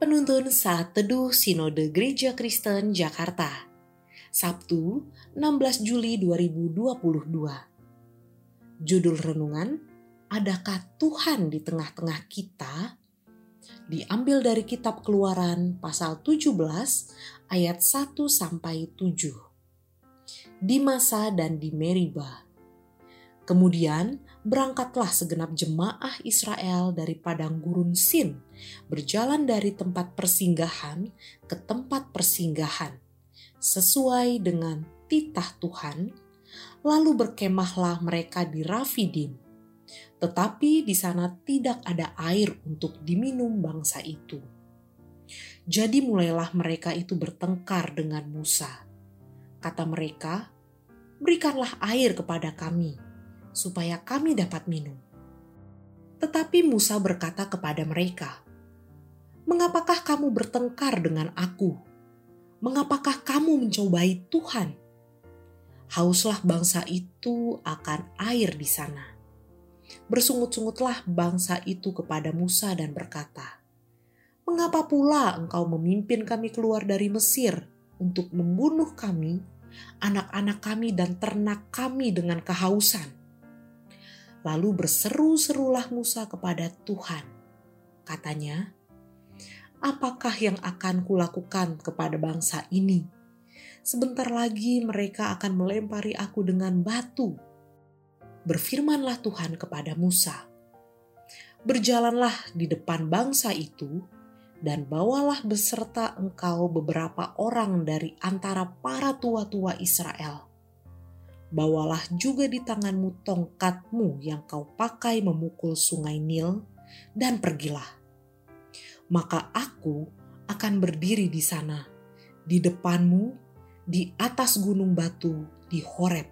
Penuntun Saat Teduh Sinode Gereja Kristen Jakarta, Sabtu 16 Juli 2022. Judul renungan, Adakah Tuhan di tengah-tengah kita? Diambil dari kitab Keluaran pasal 17 ayat 1-7. Di Masa dan di Meriba. Kemudian berangkatlah segenap jemaah Israel dari padang gurun Sin, berjalan dari tempat persinggahan ke tempat persinggahan, sesuai dengan titah Tuhan, lalu berkemahlah mereka di Rafidim. Tetapi di sana tidak ada air untuk diminum bangsa itu. Jadi mulailah mereka itu bertengkar dengan Musa. Kata mereka, "Berikanlah air kepada kami, supaya kami dapat minum." Tetapi Musa berkata kepada mereka, "Mengapakah kamu bertengkar dengan aku? Mengapakah kamu mencobai Tuhan? Hauslah bangsa itu akan air di sana." Bersungut-sungutlah bangsa itu kepada Musa dan berkata, "Mengapa pula engkau memimpin kami keluar dari Mesir untuk membunuh kami, anak-anak kami dan ternak kami dengan kehausan?" Lalu berseru-serulah Musa kepada Tuhan. Katanya, "Apakah yang akan kulakukan kepada bangsa ini? Sebentar lagi mereka akan melempari aku dengan batu." Berfirmanlah Tuhan kepada Musa, "Berjalanlah di depan bangsa itu, dan bawalah beserta engkau beberapa orang dari antara para tua-tua Israel. Bawalah juga di tanganmu tongkatmu yang kau pakai memukul sungai Nil, dan pergilah. Maka aku akan berdiri di sana, di depanmu, di atas gunung batu di Horeb.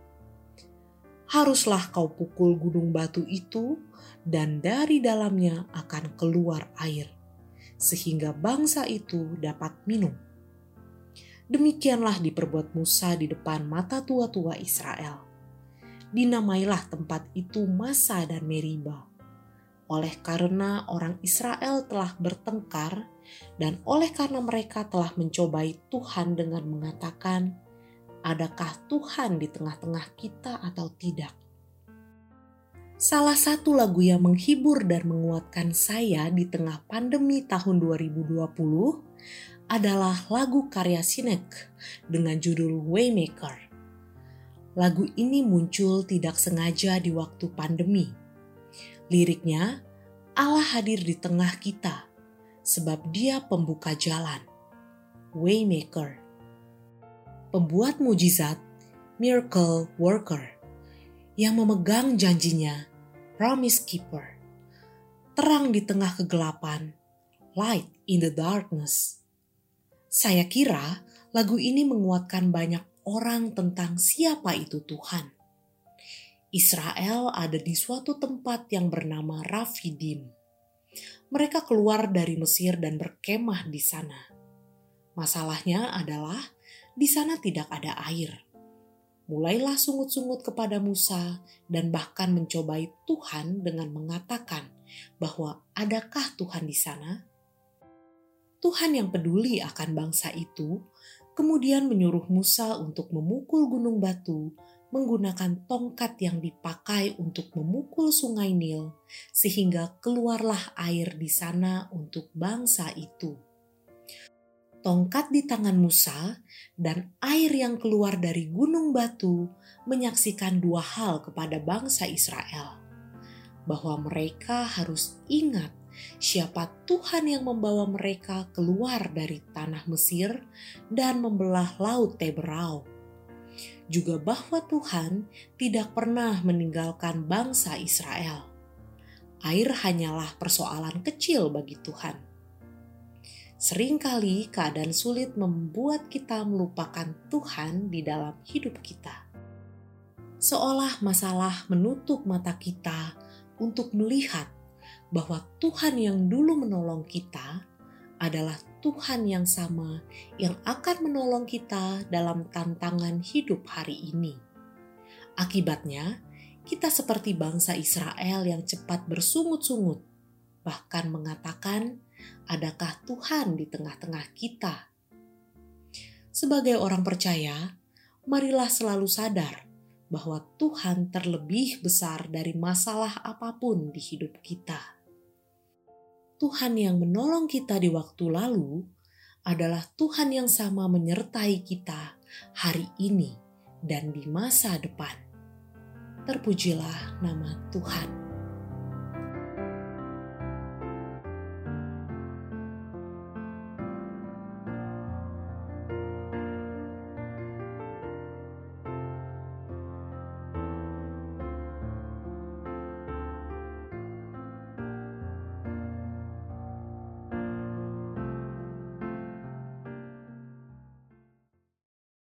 Haruslah kau pukul gunung batu itu, dan dari dalamnya akan keluar air, sehingga bangsa itu dapat minum." Demikianlah diperbuat Musa di depan mata tua-tua Israel. Dinamailah tempat itu Masa dan Meriba, oleh karena orang Israel telah bertengkar dan oleh karena mereka telah mencobai Tuhan dengan mengatakan, "Adakah Tuhan di tengah-tengah kita atau tidak?" Salah satu lagu yang menghibur dan menguatkan saya di tengah pandemi tahun 2020 adalah lagu karya Sinek dengan judul Waymaker. Lagu ini muncul tidak sengaja di waktu pandemi. Liriknya, Allah hadir di tengah kita sebab Dia pembuka jalan. Waymaker. Pembuat mujizat, miracle worker, yang memegang janjinya, promise keeper. Terang di tengah kegelapan, light in the darkness. Saya kira lagu ini menguatkan banyak orang tentang siapa itu Tuhan. Israel ada di suatu tempat yang bernama Rafidim. Mereka keluar dari Mesir dan berkemah di sana. Masalahnya adalah di sana tidak ada air. Mulailah sungut-sungut kepada Musa dan bahkan mencobai Tuhan dengan mengatakan bahwa adakah Tuhan di sana? Tuhan yang peduli akan bangsa itu kemudian menyuruh Musa untuk memukul gunung batu menggunakan tongkat yang dipakai untuk memukul sungai Nil sehingga keluarlah air di sana untuk bangsa itu. Tongkat di tangan Musa dan air yang keluar dari gunung batu menyaksikan dua hal kepada bangsa Israel, bahwa mereka harus ingat siapa Tuhan yang membawa mereka keluar dari tanah Mesir dan membelah laut Teberau. Juga bahwa Tuhan tidak pernah meninggalkan bangsa Israel. Air hanyalah persoalan kecil bagi Tuhan. Seringkali keadaan sulit membuat kita melupakan Tuhan di dalam hidup kita. Seolah masalah menutup mata kita untuk melihat bahwa Tuhan yang dulu menolong kita adalah Tuhan yang sama yang akan menolong kita dalam tantangan hidup hari ini. Akibatnya, kita seperti bangsa Israel yang cepat bersungut-sungut, bahkan mengatakan, adakah Tuhan di tengah-tengah kita? Sebagai orang percaya, marilah selalu sadar bahwa Tuhan terlebih besar dari masalah apapun di hidup kita. Tuhan yang menolong kita di waktu lalu adalah Tuhan yang sama menyertai kita hari ini dan di masa depan. Terpujilah nama Tuhan.